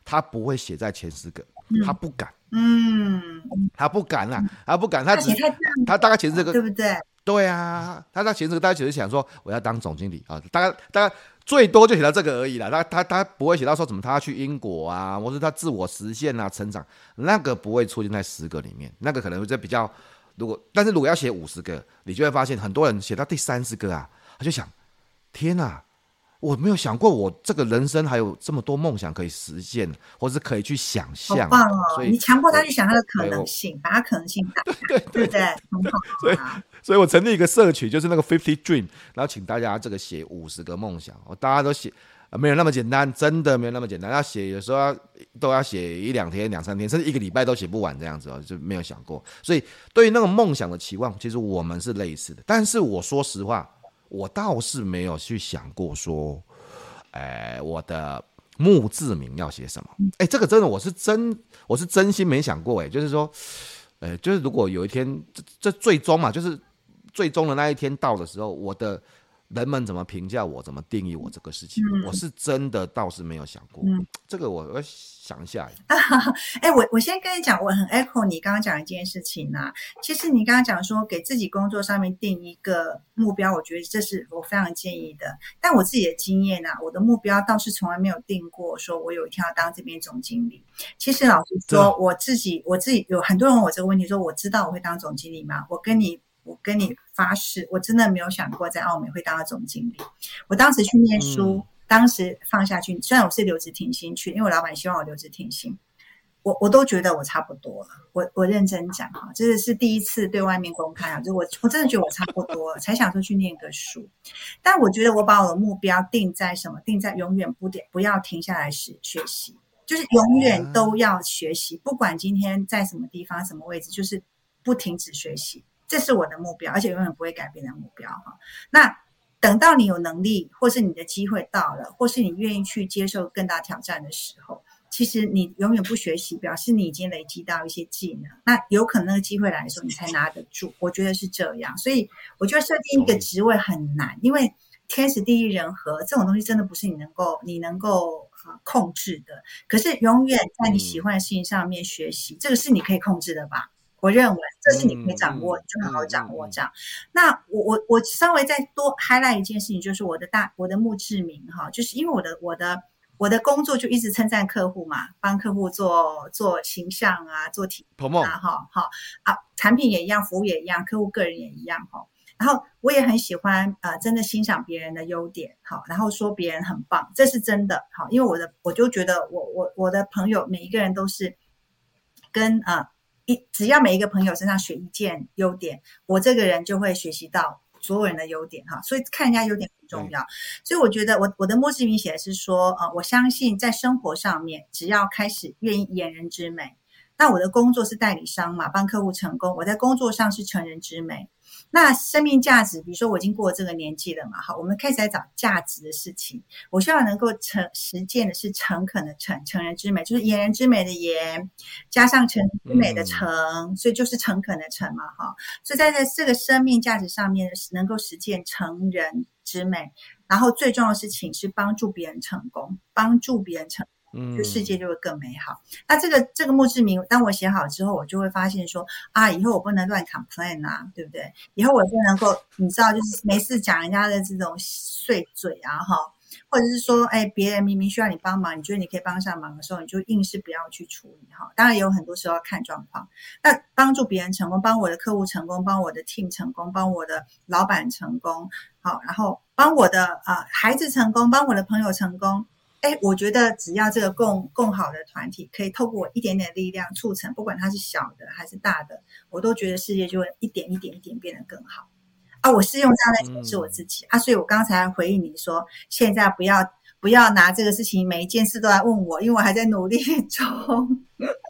他不会写在前十个， 嗯、 他不敢， 嗯， 他不敢啦，他不敢，他只他他大概前十个， 对不对？ 对啊，他他前十个大概只是想说我要当总经理啊，大概大概最多就写到这个而已啦，他他他不会写到说怎么他要去英国啊，或是他自我实现啊成长，那个不会出现在十个里面，那个可能会比较。如果但是如果要写五十个，你就会发现很多人写到第三十个啊，他就想，天啊，我没有想过我这个人生还有这么多梦想可以实现，或是可以去想象。 好棒哦！ 所以你强迫他去想他的可能性，把他可能性打开，对对 对, 对, 对，很好、啊。 所以，所以我成立一个社群，就是那个 Fifty Dream， 然后请大家这个写五十个梦想，大家都写。没有那么简单，真的没有那么简单。要写有时候要都要写一两天、两三天，甚至一个礼拜都写不完这样子哦，就没有想过。所以对于那种梦想的期望，其实我们是类似的。但是我说实话，我倒是没有去想过说，哎，我的墓志铭要写什么？哎，这个真的我是真我是真心没想过。哎，就是说，呃，就是如果有一天这这最终嘛，就是最终的那一天到的时候，我的。人们怎么评价我，怎么定义我这个事情，嗯、我是真的倒是没有想过。嗯、这个我要想一下。 哎、欸，我我先跟你讲，我很 echo 你刚刚讲的一件事情啊。其实你刚刚讲说给自己工作上面定一个目标，我觉得这是我非常建议的。但我自己的经验啊，我的目标倒是从来没有定过，说我有一天要当这边总经理。其实老实说，我自己我自己有很多人问我这个问题，说我知道我会当总经理吗？我跟你。我跟你发誓，我真的没有想过在澳美会当到总经理。我当时去念书，嗯、当时放下去，虽然我是留职停薪去，因为我老板希望我留职停薪，我我都觉得我差不多了。我我认真讲哈，这是第一次对外面公开啊，就我我真的觉得我差不多了，才想说去念个书。但我觉得我把我的目标定在什么？定在永远不点不要停下来学学习，就是永远都要学习，不管今天在什么地方、什么位置，就是不停止学习。这是我的目标，而且永远不会改变的目标哈。那等到你有能力，或是你的机会到了，或是你愿意去接受更大挑战的时候，其实你永远不学习，表示你已经累积到一些技能。那有可能那个机会来的时候，你才拿得住。我觉得是这样，所以我觉得设定一个职位很难，因为天时地利人和这种东西真的不是你能够你能够、呃、控制的。可是永远在你喜欢的事情上面学习，嗯、这个是你可以控制的吧？我认为这是你可以掌握，嗯、你就好好掌握这样。嗯嗯、那我我我稍微再多 highlight 一件事情，就是我的大我的墓志铭哈，就是因为我的我的我的工作就一直称赞客户嘛，帮客户做做形象啊，做体验啊，哈哈啊，产品也一样，服务也一样，客户个人也一样哈。然后我也很喜欢呃，真的欣赏别人的优点，好，然后说别人很棒，这是真的好，因为我的我就觉得我我我的朋友每一个人都是跟呃。一只要每一个朋友身上学一件优点，我这个人就会学习到所有人的优点哈，所以看人家优点很重要。所以我觉得我我的墓志铭写的是说，呃，我相信在生活上面，只要开始愿意掩人之美，那我的工作是代理商嘛，帮客户成功，我在工作上是成人之美。那生命价值，比如说我已经过了这个年纪了嘛，好，我们开始来找价值的事情。我希望能够成实践的是诚恳的诚，成人之美，就是言人之美的言，加上诚之美的诚，嗯、所以就是诚恳的诚嘛，哈。所以在这个生命价值上面，能够实践成人之美，然后最重要的事情是帮助别人成功，帮助别人成功。就世界就会更美好。嗯、那这个这个墓志铭，当我写好之后，我就会发现说啊，以后我不能乱 complain 啊，对不对？以后我就能够，你知道，就是没事讲人家的这种碎嘴啊，哈，或者是说，哎，别人明明需要你帮忙，你觉得你可以帮上忙的时候，你就硬是不要去处理哈。当然也有很多时候要看状况。那帮助别人成功，帮我的客户成功，帮我的 team 成功，帮我的老板成功，好，然后帮我的啊、呃、孩子成功，帮我的朋友成功。哎，我觉得只要这个共共好的团体可以透过我一点点力量促成，不管它是小的还是大的，我都觉得世界就会一点一点一点变得更好啊！我是用这样来解释我自己、嗯、啊，所以我刚才回应你说，现在不要不要拿这个事情每一件事都来问我，因为我还在努力中。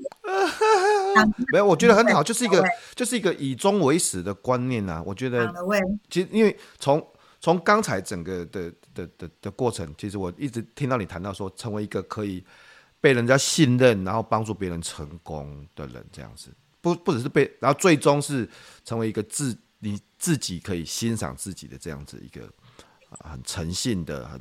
没有，我觉得很好，就是一个就是一个以终为始的观念啊。我觉得其实因为从从刚才整个的的的的过程，其实我一直听到你谈到说，成为一个可以被人家信任，然后帮助别人成功的人，这样子，不不只是被，然后最终是成为一个自你自己可以欣赏自己的这样子一个、呃、很诚信的、很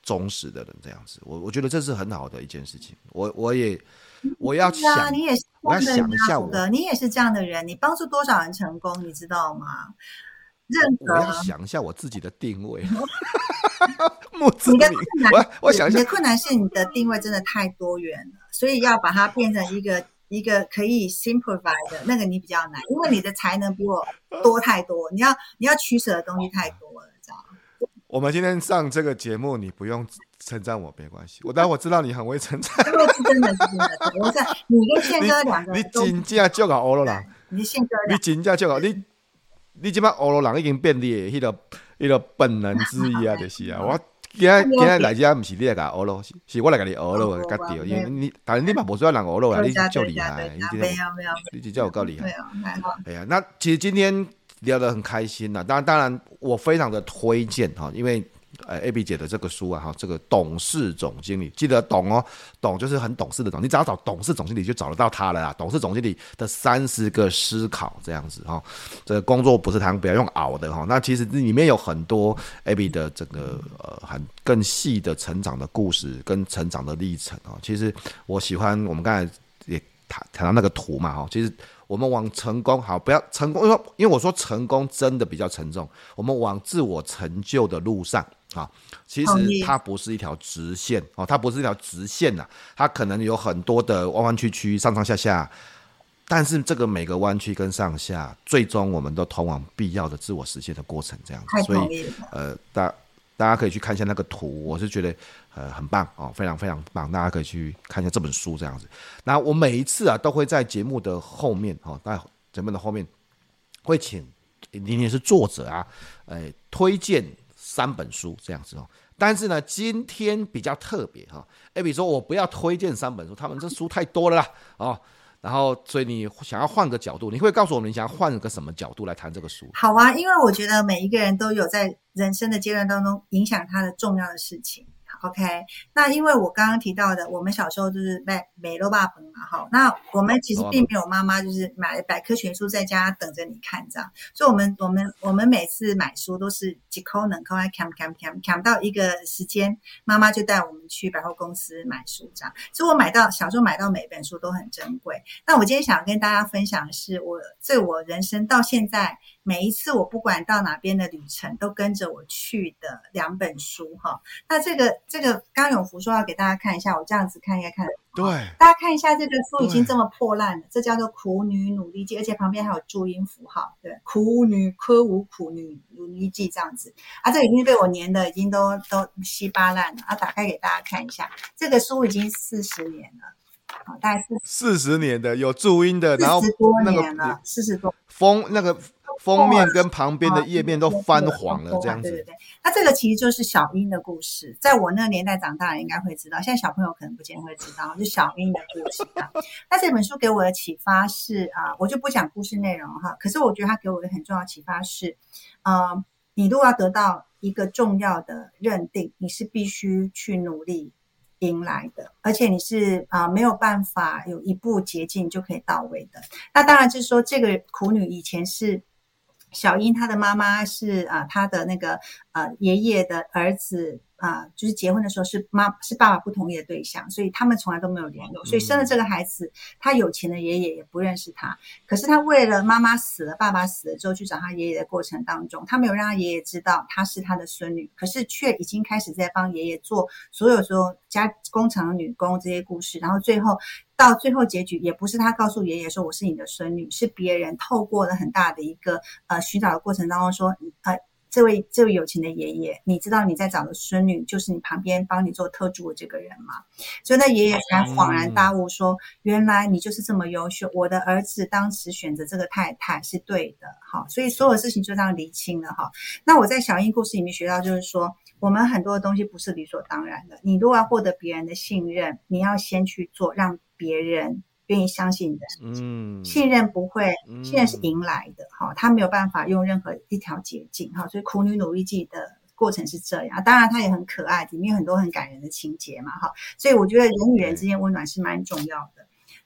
忠实的人这样子。我我觉得这是很好的一件事情。我我也我要想， 啊、你也是我要想一下我， 我你也是这样的人，你帮助多少人成功，你知道吗？认我要想一下我自己的定位。 你的困难， 我我想一下， 你的困难是你的定位真的太多元了，所以要把它变成一个一个可以 simplify 的那个你比较难，因为你的才能比我多太多，你要你要取舍的东西太多了，这样。 我们今天上这个节目，你不用称赞我没关系，我当然我知道你很会称赞。 是真的是真的，我在你跟宪哥两个人都， 你真正就搞欧罗人， 你宪哥， 你真正就搞你，你这摆欧罗人已经变你的迄、那个迄、那个本能之一啊，就是啊，我今天今天来这不是你来搞欧罗，是我来给你欧罗甲掉，因为你但你嘛不需要人欧罗啦，你就厉害，你今天你真叫够厉害，哎呀，那其实今天聊得很开心啦，当然当然我非常的推荐哈，因为。呃 ，A B 姐的这个书啊，哈，这个董事总经理，记得懂哦，懂就是很懂事的懂，你只要找董事总经理就找得到他了啦。董事总经理的三十个思考这样子哈，这个工作不是谈不要用熬的哈。那其实里面有很多 A B 的这个呃很更细的成长的故事跟成长的历程啊。其实我喜欢我们刚才也谈谈到那个图嘛哈，其实。我们往成功好，不要成功，因为因为我说成功真的比较沉重。我们往自我成就的路上啊，其实它不是一条直线哦，它不是一条直线呐、啊，它可能有很多的弯弯曲曲、上上下下。但是这个每个弯曲跟上下，最终我们都通往必要的自我实现的过程，这样子。所以呃，大大家可以去看一下那个图，我是觉得呃很棒哦，非常非常棒，大家可以去看一下这本书这样子。那我每一次啊都会在节目的后面哦，在节目的后面会请你也是作者啊，呃推荐三本书这样子哦。但是呢，今天比较特别哈、哦，哎，比如说我不要推荐三本书，他们这书太多了啦哦。然后，所以你想要换个角度，你会告诉我们你想要换个什么角度来谈这个书？ 好啊，因为我觉得每一个人都有在人生的阶段当中影响他的重要的事情。OK， 那因为我刚刚提到的，我们小时候就是买美肉霸本嘛，哈，那我们其实并没有妈妈就是买百科全书在家等着你看这样，所以我们我们我们每次买书都是几口能扣来 cam cam cam cam 到一个时间，妈妈就带我们去百货公司买书这样，所以我买到小时候买到每本书都很珍贵。那我今天想跟大家分享的是，我这我人生到现在。每一次我不管到哪边的旅程都跟着我去的两本书哈，那这个这个刚永福说要给大家看一下，我这样子看应该看得对， 大家看一下这个书已经这么破烂了，这叫做苦女努力记，而且旁边还有注音符号，对，苦女科无苦女努力记这样子啊，这已经被我粘的已经都都稀巴烂了啊，打开给大家看一下，这个书已经四十年了，好，大概是四十年的有注音的，然后四十多年了，四十多封那个。封面跟旁边的页面都翻黄了，这样子。 对对对，那这个其实就是小英的故事，在我那个年代长大的应该会知道，现在小朋友可能不见得会知道，就小英的故事。那这本书给我的启发是啊、呃，我就不讲故事内容哈，可是我觉得它给我的很重要的启发是，呃，你如果要得到一个重要的认定，你是必须去努力迎来的，而且你是啊、呃、没有办法有一步捷径就可以到位的。那当然就是说，这个苦女以前是。小英她的妈妈是啊、呃，她的那个呃爷爷的儿子啊、呃，就是结婚的时候是妈是爸爸不同意的对象，所以他们从来都没有联络。所以生了这个孩子，他有钱的爷爷也不认识他。可是他为了妈妈死了，爸爸死了之后去找他爷爷的过程当中，他没有让他爷爷知道他是他的孙女，可是却已经开始在帮爷爷做所有所有家工厂女工这些故事，然后最后。到最后结局也不是他告诉爷爷说我是你的孙女，是别人透过了很大的一个呃寻找的过程当中说，呃，这位这位有钱的爷爷，你知道你在找的孙女就是你旁边帮你做特助的这个人吗？所以那爷爷才恍然大悟说，原来你就是这么优秀，我的儿子当时选择这个太太是对的，好，所以所有事情就这样厘清了哈。那我在小英故事里面学到就是说。我们很多的东西不是理所当然的，你如果要获得别人的信任，你要先去做，让别人愿意相信你的事情。嗯、信任不会，信任是迎来的，哈、嗯，他没有办法用任何一条捷径，哈，所以苦女努力记的过程是这样。当然，它也很可爱，里面有很多很感人的情节嘛，哈，所以我觉得人与人之间温暖是蛮重要的。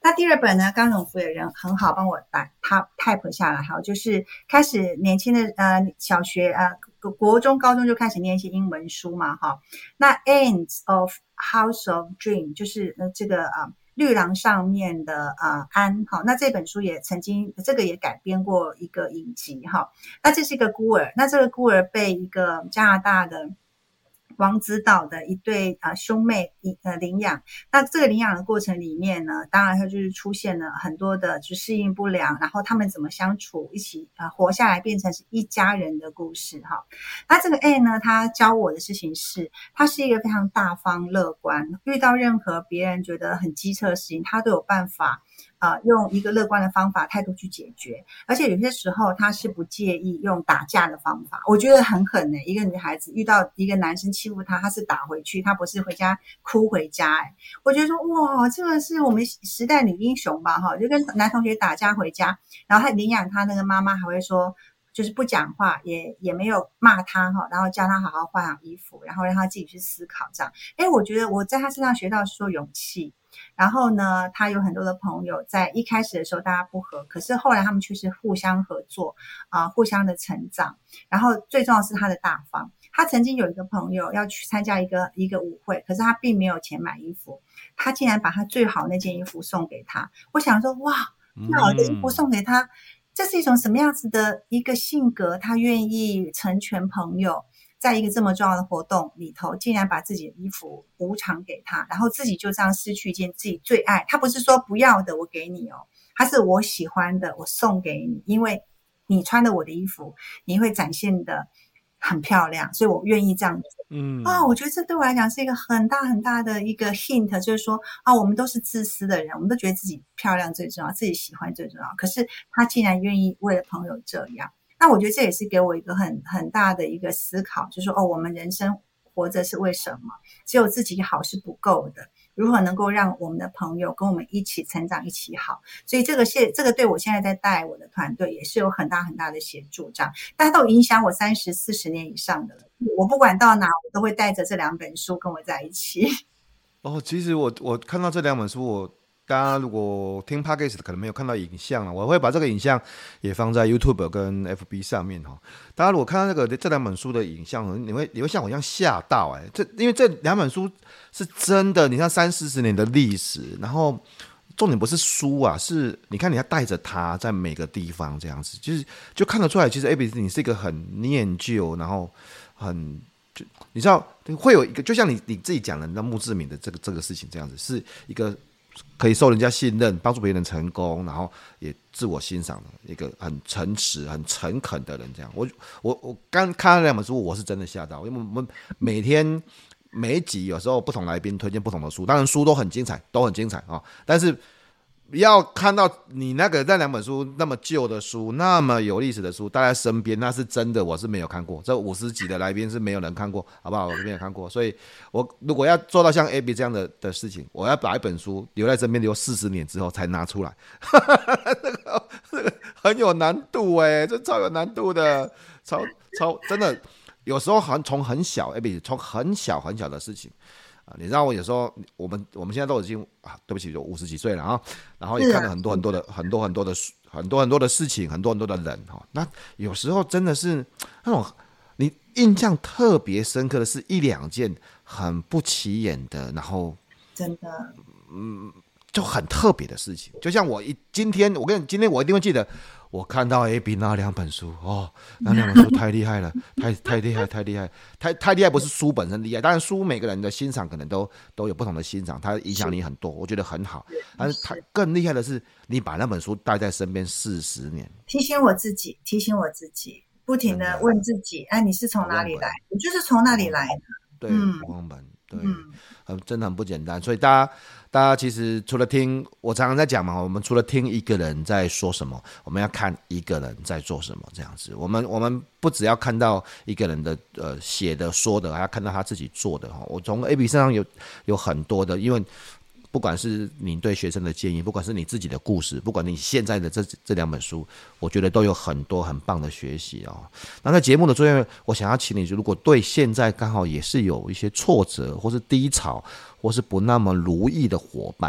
那第二本呢，刚永福也人很好，帮我打他 type 下来，好，就是开始年轻的呃小学呃国中高中就开始念一些英文书嘛，哈。那 Ends of House of Dream 就是呃这个啊。呃绿廊上面的呃安，好，那这本书也曾经这个也改编过一个影集哈。那这是一个孤儿，那这个孤儿被一个加拿大的王子岛的一对啊、呃、兄妹呃领养。那这个领养的过程里面呢，当然它就是出现了很多的就适应不良，然后他们怎么相处，一起啊、呃、活下来，变成是一家人的故事哈。那这个 A 呢，他教我的事情是，他是一个非常大方乐观，遇到任何别人觉得很机车的事情，他都有办法。呃，用一个乐观的方法态度去解决，而且有些时候他是不介意用打架的方法，我觉得很狠欸。一个女孩子遇到一个男生欺负她，她是打回去，她不是回家哭回家欸。我觉得说哇，这个是我们时代女英雄吧哈，就跟男同学打架回家，然后他领养他那个妈妈还会说。就是不讲话，也也没有骂他哈，然后教他好好换好衣服，然后让他自己去思考这样。诶，我觉得我在他身上学到说勇气。然后呢，他有很多的朋友，在一开始的时候大家不合，可是后来他们却是互相合作啊、呃，互相的成长。然后最重要的是他的大方。他曾经有一个朋友要去参加一个一个舞会，可是他并没有钱买衣服，他竟然把他最好那件衣服送给他。我想说，哇，最好的衣服送给他。嗯，这是一种什么样子的一个性格？他愿意成全朋友，在一个这么重要的活动里头，竟然把自己的衣服无偿给他，然后自己就这样失去一件自己最爱。他不是说不要的我给你哦，他是我喜欢的我送给你，因为你穿的我的衣服，你会展现的很漂亮，所以我愿意这样子。嗯，啊、哦，我觉得这对我来讲是一个很大很大的一个 hint， 就是说啊、哦，我们都是自私的人，我们都觉得自己漂亮最重要，自己喜欢最重要。可是他竟然愿意为了朋友这样，那我觉得这也是给我一个很很大的一个思考，就是说哦，我们人生活着是为什么？只有自己好是不够的。如何能够让我们的朋友跟我们一起成长，一起好？所以这个是这个对我现在在带我的团队也是有很大很大的协助，这样大家都影响我三十四十年以上的了。我不管到哪，我都会带着这两本书跟我在一起。 哦，其实我我看到这两本书，我大家如果听 Podcast 可能没有看到影像了，我会把这个影像也放在 YouTube 跟 F B 上面哈。大家如果看到这个这两本书的影像，你会你会像我一样吓到哎、欸，这因为这两本书是真的，你看三四十年的历史，然后重点不是书啊，是你看你要带着它在每个地方这样子，就是就看得出来，其实 Abby 你是一个很念旧，然后很就你知道会有一个，就像你你自己讲的那墓志铭的这个这个事情这样子，是一个。可以受人家信任，帮助别人成功，然后也自我欣赏的一个很诚实、很诚恳的人。这样，我我我刚看了两本书，我是真的吓到，因为我们每天每一集有时候不同来宾推荐不同的书，当然书都很精彩，都很精彩啊、哦，但是。要看到你那个那两本书那么旧的书，那么有历史的书带在身边，那是真的，我是没有看过。这五十集的来宾是没有人看过，好不好？我没有看过，所以我如果要做到像 Abby 这样的的事情，我要把一本书留在身边，留四十年之后才拿出来，那个那个很有难度哎、欸，这超有难度的，超超真的，有时候很从很小 Abby 从很小很小的事情。啊，你知道我有时候，我们我们现在都已经啊，对不起，有五十几岁了啊，然后也看了很多很多的很多很多的很多很多的事情，很多很多的人哈。那有时候真的是那种你印象特别深刻的是一两件很不起眼的，然后真的， 嗯，就很特别的事情。就像我一今天，我跟你今天我一定会记得。我看到 Abby 那两本书哦，那两本书太厉害了，太太厉害，太厉害，太太厉害！不是书本身厉害，当然书每个人的欣赏可能都都有不同的欣赏，它影响你很多，我觉得很好。但是它更厉害的是，你把那本书带在身边四十年， 提醒我自己，提醒我自己，不停的问自己：哎、啊，你是从哪里来？我就是从那里来的。 对，光本，对，嗯，真的很不简单。所以大家。大家其实除了听，我常常在讲嘛，我们除了听一个人在说什么，我们要看一个人在做什么，这样子。我们我们不只要看到一个人的呃写的说的，还要看到他自己做的。我从 Abby 身上有有很多的，因为不管是你对学生的建议，不管是你自己的故事，不管你现在的这这两本书，我觉得都有很多很棒的学习哦。那在节目的最后，我想要请你，如果对现在刚好也是有一些挫折，或是低潮，或是不那么如意的伙伴，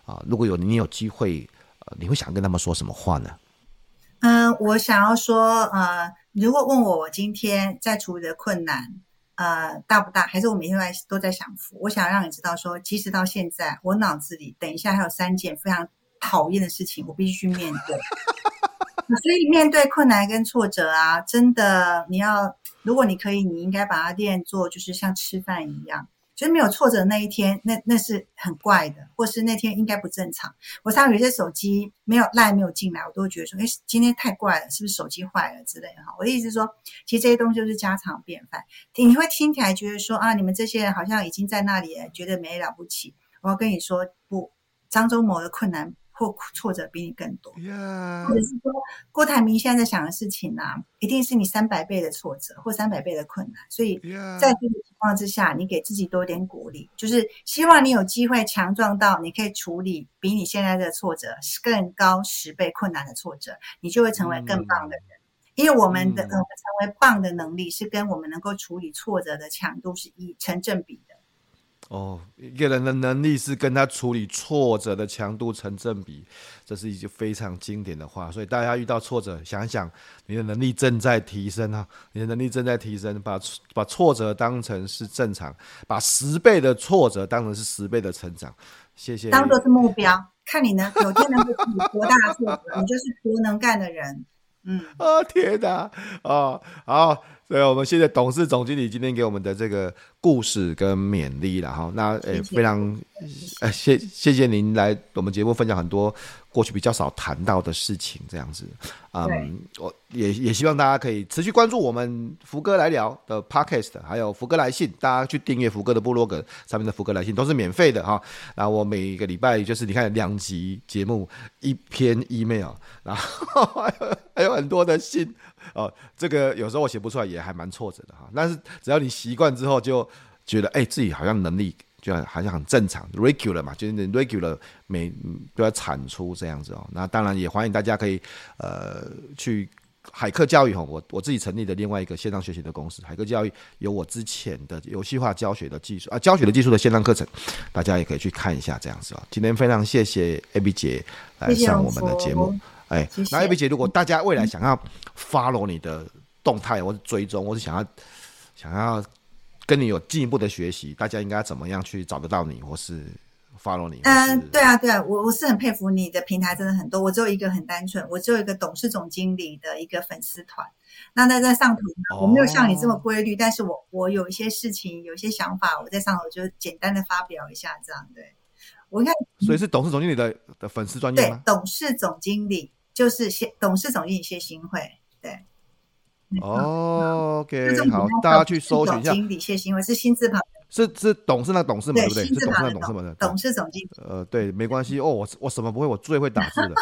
啊，如果有你有机会，呃，你会想跟他们说什么话呢？ 嗯，我想要说，呃，如果问我我今天在处理的困难，呃，大不大，还是我每天都在都在享福？我想让你知道说，即使到现在，我脑子里等一下还有三件非常讨厌的事情，我必须去面对。所以面对困难跟挫折啊，真的你要，如果你可以，你应该把它练作就是像吃饭一样。就是没有挫折的那一天，那那是很怪的，或是那天应该不正常。我常常有些手机没有赖没有进来，我都会觉得说，哎，今天太怪了，是不是手机坏了之类的哈？我的意思是说，其实这些东西就是家常便饭。你会听起来觉得说啊，你们这些人好像已经在那里了，觉得没了不起。我要跟你说，不，张忠谋的困难或挫折比你更多， yeah. 或者是说郭台铭现在在想的事情啊，一定是你三百倍的挫折或三百倍的困难，所以在这个情况之下，你给自己多一点鼓励，就是希望你有机会强壮到你可以处理比你现在的挫折更高十倍困难的挫折，你就会成为更棒的人。嗯，因为我们的、嗯、呃成为棒的能力是跟我们能够处理挫折的强度是一成正比的。 哦，一个人的能力是跟他处理挫折的强度成正比，这是一句非常经典的话。所以大家遇到挫折，想想你的能力正在提升啊，你的能力正在提升，把把挫折当成是正常，把十倍的挫折当成是十倍的成长。谢谢。 当作是目标，看你能有天能够处理多大的挫折，你就是多能干的人。嗯， 啊天哪，啊好。对，我们谢谢董事总经理今天给我们的这个故事跟勉励啦哈。那呃、欸、非常呃谢谢谢您来我们节目分享很多过去比较少谈到的事情，这样子。嗯，我也也希望大家可以持续关注我们福哥来聊的 podcast， 还有福哥来信，大家去订阅福哥的部落格上面的福哥来信都是免费的哈。然后我每个礼拜就是你看两集节目，一篇 email， 然后还有还有很多的信。哦，这个有时候我写不出来也还蛮挫折的哈，但是只要你习惯之后，就觉得哎、欸，自己好像能力就好像很正常 ，regular 嘛，就是 regular 每都要产出这样子哦。那当然也欢迎大家可以呃去海客教育哈，我我自己成立的另外一个线上学习的公司，海客教育有我之前的游戏化教学的技术啊，教学的技术的线上课程，大家也可以去看一下这样子哦。今天非常谢谢 Abby 姐来上我们的节目。哎，那 Abby 姐，如果大家未来想要 follow 你的动态，或是追踪，或是想要想要跟你有进一步的学习，大家应该怎么样去找得到你，或是 follow 你？ 嗯、呃，对啊，对啊，我我是很佩服你的平台，真的很多。我只有一个很单纯，我只有一个董事总经理的一个粉丝团。那在在上头呢，我没有像你这么规律，哦、但是我我有一些事情，有一些想法，我在上头就简单的发表一下，这样对。我看， 所以是董事总经理的的粉丝专页吗？ 对，董事总经理。就是董事总经理谢欣慧，对。 哦 ，OK， 好，大家去搜寻一下。 总经理谢欣慧是心字旁， 是是董事那董事嘛，对不对？是董事那董事嘛的。 董事总经理。 呃，对，没关系哦，我我什么不会，我最会打字了。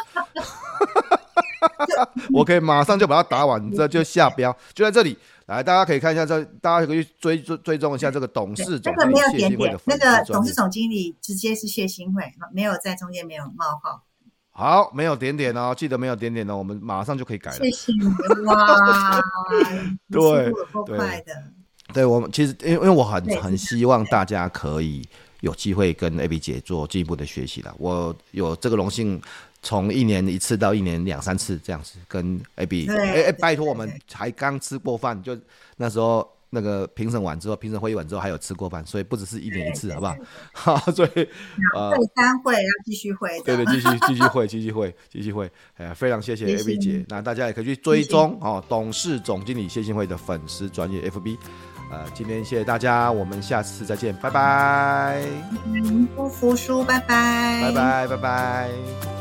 我可以马上就把它打完，这就下标，就在这里。来，大家可以看一下这，大家可以去追追踪一下这个董事总经理谢欣慧的粉丝专页。 那个董事总经理直接是谢欣慧，没有在中间没有冒号。 好，没有点点哦，记得没有点点哦，我们马上就可以改了。 谢谢你哇！ 对， 够快的。 对，我们其实因为因为我很很希望大家可以有机会跟 Abby 姐做进一步的学习啦。我有这个荣幸，从一年一次到一年两三次这样子跟 Abby， 哎哎，拜托我们才刚吃过饭，就那时候。那个评审完之后，评审会议完之后还有吃过饭，所以不只是一年一次，好不好？好，所以呃，会三会要继续会， 对对，继续继续会，继续会，继续会。哎，非常谢谢 Abby 姐，那大家也可以去追踪哦，董事总经理谢欣慧的粉丝专页 F B。呃，今天谢谢大家，我们下次再见，拜拜。 不服输，拜拜， 拜拜，拜拜。